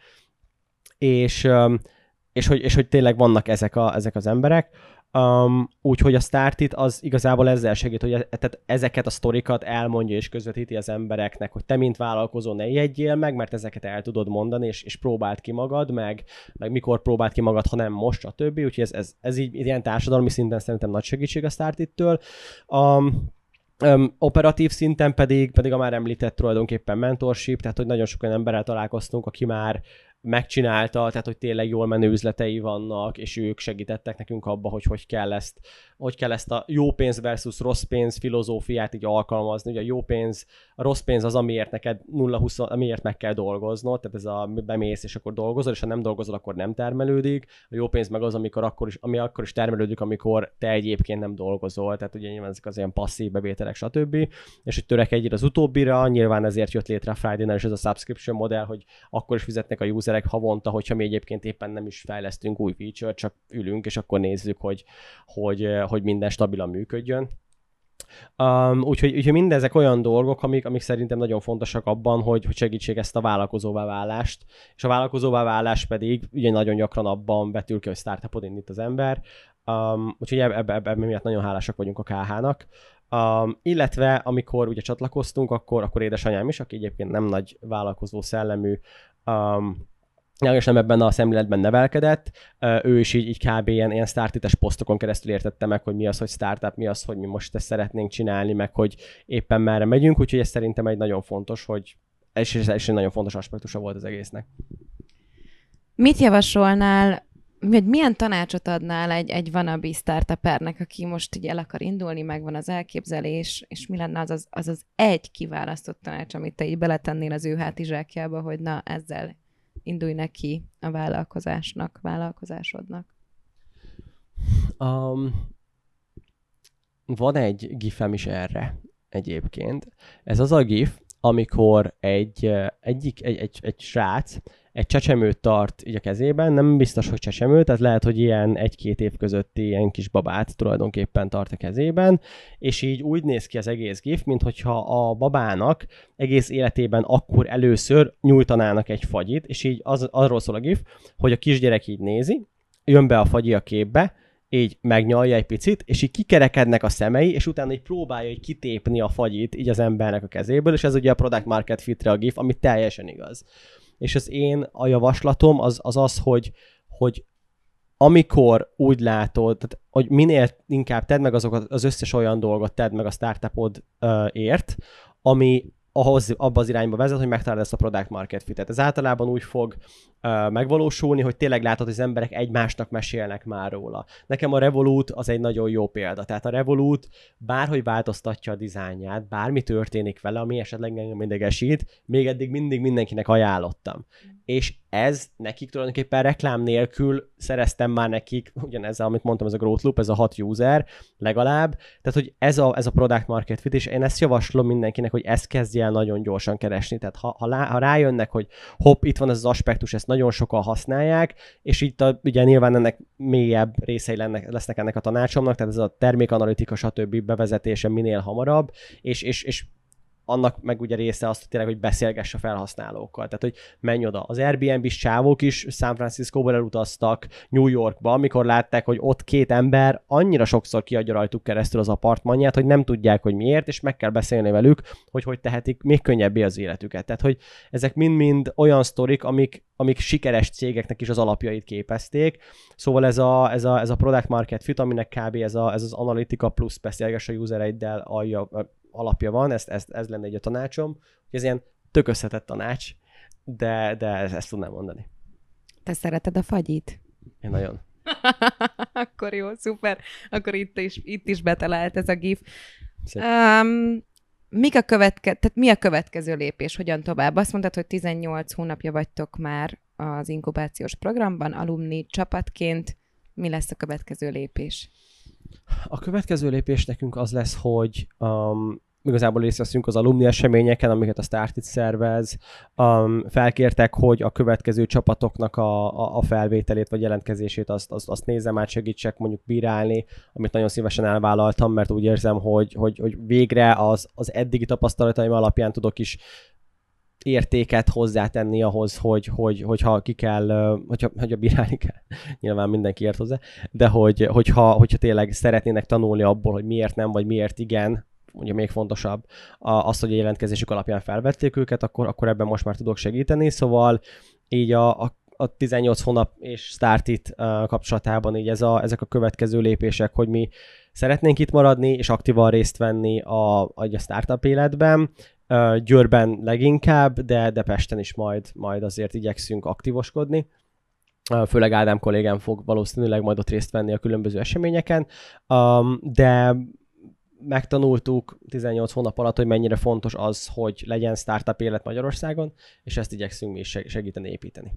és, és, hogy, és hogy tényleg vannak ezek, a, ezek az emberek. Um, úgyhogy a Startit az igazából ezzel segít, hogy tehát ezeket a sztorikat elmondja és közvetíti az embereknek, hogy te mint vállalkozó ne ijedjél meg, mert ezeket el tudod mondani, és, és próbáld ki magad, meg, meg mikor próbáld ki magad, ha nem most, a többi. Úgyhogy ez, ez, ez így ilyen társadalmi szinten szerintem nagy segítség a Startittől. Um, Um, operatív szinten pedig, pedig a már említett tulajdonképpen mentorship, tehát hogy nagyon sok olyan emberrel találkoztunk, aki már megcsinálta, tehát hogy tényleg jól menő üzletei vannak, és ők segítettek nekünk abba, hogy hogy kell ezt, hogy kell ezt a jó pénz versus rossz pénz filozófiát így alkalmazni. Ugye a jó pénz, a rossz pénz az, amiért neked nulla húsz, amiért meg kell dolgoznod, tehát ez a bemész és akkor dolgozol, és ha nem dolgozol, akkor nem termelődik. A jó pénz meg az, amikor akkor is, ami akkor is termelődik, amikor te egyébként nem dolgozol, tehát ugye nyilván ezek az ilyen passzív bevételek, stb. És hogy törekedjél az utóbbira, nyilván ezért jött létre a Friday-nál is ez a subscription modell, hogy akkor is fizetnek a userek havonta, hogyha mi egyébként éppen nem is fejlesztünk új feature, csak ülünk, és akkor nézzük, hogy, hogy, hogy minden stabilan működjön. Um, úgyhogy, úgyhogy mindezek olyan dolgok, amik, amik szerintem nagyon fontosak abban, hogy, hogy segítség ezt a vállalkozóvá válást, és a vállalkozóvá válás pedig ugye nagyon gyakran abban vetül ki, hogy startupot indít az ember, um, úgyhogy ebben eb, eb, eb, miatt nagyon hálásak vagyunk a ká há-nak. Um, illetve amikor ugye csatlakoztunk, akkor, akkor édesanyám is, aki egyébként nem nagy vállalkozó szellemű, um, és nem ebben a szemléletben nevelkedett, ő is így, így kb. ilyen, ilyen startites posztokon keresztül értette meg, hogy mi az, hogy startup, mi az, hogy mi most ezt szeretnénk csinálni, meg hogy éppen merre megyünk, úgyhogy ez szerintem egy nagyon fontos, hogy és ez egy nagyon fontos aspektusa volt az egésznek. Mit javasolnál, vagy milyen tanácsot adnál egy, egy wannabe startupernek, aki most így el akar indulni, megvan az elképzelés, és mi lenne az az, az, az egy kiválasztott tanács, amit te így beletennél az ő hátizsákjába, hogy na ezzel indulj neki a vállalkozásnak, vállalkozásodnak? Um, van egy gifem is erre egyébként. Ez az a gif, amikor egy, egyik, egy, egy, egy srác egy csecsemőt tart így a kezében, nem biztos, hogy csecsemő, tehát lehet, hogy ilyen egy-két év közötti ilyen kis babát tulajdonképpen tart a kezében, és így úgy néz ki az egész gif, minthogyha a babának egész életében akkor először nyújtanának egy fagyit, és így az, arról szól a gif, hogy a kisgyerek így nézi, jön be a fagyi a képbe, így megnyalja egy picit, és így kikerekednek a szemei, és utána így próbálja így kitépni a fagyit így az embernek a kezéből, és ez ugye a product market fitre a gif, ami teljesen igaz. És az én a javaslatom az az, az hogy, hogy amikor úgy látod, tehát, hogy minél inkább tedd meg azokat, az összes olyan dolgot tedd meg a startupodért, ami ahhoz, abba az irányba vezet, hogy megtaláld ezt a product market fitet. Ez általában úgy fog uh, megvalósulni, hogy tényleg látod, hogy az emberek egymásnak mesélnek már róla. Nekem a Revolut az egy nagyon jó példa. Tehát a Revolut bárhogy változtatja a dizájnját, bármi történik vele, ami esetleg engem idegesít, még eddig mindig mindenkinek ajánlottam. És ez nekik tulajdonképpen reklám nélkül szereztem már nekik, ugyanezzel, amit mondtam, ez a growth loop, ez a hat user legalább. Tehát, hogy ez a, ez a product market fit, és én ezt javaslom mindenkinek, hogy ezt kezdje el nagyon gyorsan keresni. Tehát ha, ha, lá, ha rájönnek, hogy hopp, itt van ez az aspektus, ezt nagyon sokan használják, és itt a, ugye nyilván ennek mélyebb részei lennek, lesznek ennek a tanácsomnak, tehát ez a termékanalitika, stb. Bevezetése minél hamarabb, és, és, és annak meg ugye része azt, hogy tényleg, hogy beszélgess a felhasználókkal. Tehát, hogy menj oda. Az Airbnb-s csávók is San Franciscóból elutaztak New Yorkba, amikor látták, hogy ott két ember annyira sokszor kiadja rajtuk keresztül az apartmanját, hogy nem tudják, hogy miért, és meg kell beszélni velük, hogy hogy tehetik még könnyebbé az életüket. Tehát, hogy ezek mind-mind olyan sztorik, amik, amik sikeres cégeknek is az alapjait képezték. Szóval ez a, ez a, ez a product market fit, aminek kb. ez, a, ez az analitika plusz beszélgess a usereiddel alja, alapja van, ezt, ezt, ez lenne egy a tanácsom, hogy ez ilyen tök összetett tanács, de, de ezt tudnám mondani. Te szereted a fagyit? Én nagyon. Akkor jó, szuper. Akkor itt is, itt is betalált ez a gif. Um, mik a követke, tehát mi a következő lépés? Hogyan tovább? Azt mondtad, hogy tizennyolc hónapja vagytok már az inkubációs programban, alumni csapatként. Mi lesz a következő lépés? A következő lépés nekünk az lesz, hogy um, igazából részt veszünk az alumni eseményeken, amiket a Startit szervez. Um, felkértek, hogy a következő csapatoknak a, a, a felvételét vagy jelentkezését azt, azt, azt nézzem át, segítsek mondjuk bírálni, amit nagyon szívesen elvállaltam, mert úgy érzem, hogy, hogy, hogy végre az, az eddigi tapasztalataim alapján tudok is értéket hozzátenni ahhoz, hogy, hogy, hogyha ki kell, hogyha, hogyha bírálni kell, nyilván mindenki ért hozzá, de hogy, hogyha, hogyha tényleg szeretnének tanulni abból, hogy miért nem, vagy miért igen, ugye még fontosabb az, hogy a jelentkezésük alapján felvették őket, akkor, akkor ebben most már tudok segíteni, szóval így a, a a tizennyolc hónap és Startit uh, kapcsolatában így ez a, ezek a következő lépések, hogy mi szeretnénk itt maradni, és aktívan részt venni a, a startup életben, uh, Győrben leginkább, de, de Pesten is majd, majd azért igyekszünk aktívoskodni. Uh, főleg Ádám kollégám fog valószínűleg majd ott részt venni a különböző eseményeken, um, de megtanultuk tizennyolc hónap alatt, hogy mennyire fontos az, hogy legyen startup élet Magyarországon, és ezt igyekszünk mi is segíteni, építeni.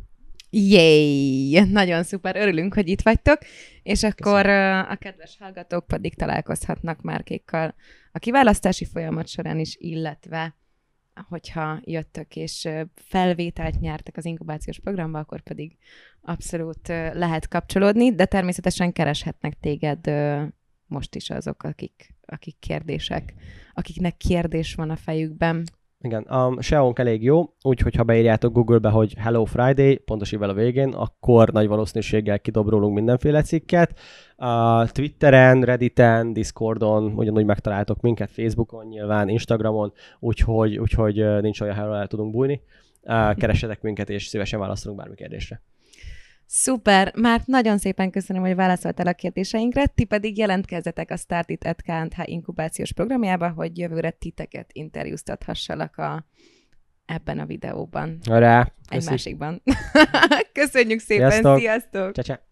Jéj! Nagyon szuper, örülünk, hogy itt vagytok, és akkor Köszönöm. A kedves hallgatók pedig találkozhatnak Márkékkal a kiválasztási folyamat során is, illetve hogyha jöttök és felvételt nyertek az inkubációs programba, akkor pedig abszolút lehet kapcsolódni, de természetesen kereshetnek téged most is azok, akik, akik kérdések, akiknek kérdés van a fejükben. Igen, a S E O-nk elég jó, úgyhogy ha beírjátok Google-be, hogy Hello Friday, pontos ível a végén, akkor nagy valószínűséggel kidob rólunk mindenféle cikket. A Twitteren, Redditen, Discordon ugyanúgy megtaláltok minket, Facebookon nyilván, Instagramon, úgyhogy, úgyhogy nincs olyan, ahol el tudunk bújni. Keressetek minket, és szívesen válaszolunk bármi kérdésre. Szuper! Már nagyon szépen köszönöm, hogy válaszoltál a kérdéseinkre, ti pedig jelentkezzetek a Startit at ká és há inkubációs programjába, hogy jövőre titeket interjúztathassalak a, ebben a videóban. Rá! Egy másikban. Köszönjük szépen, sziasztok! Sziasztok. Csa-csa.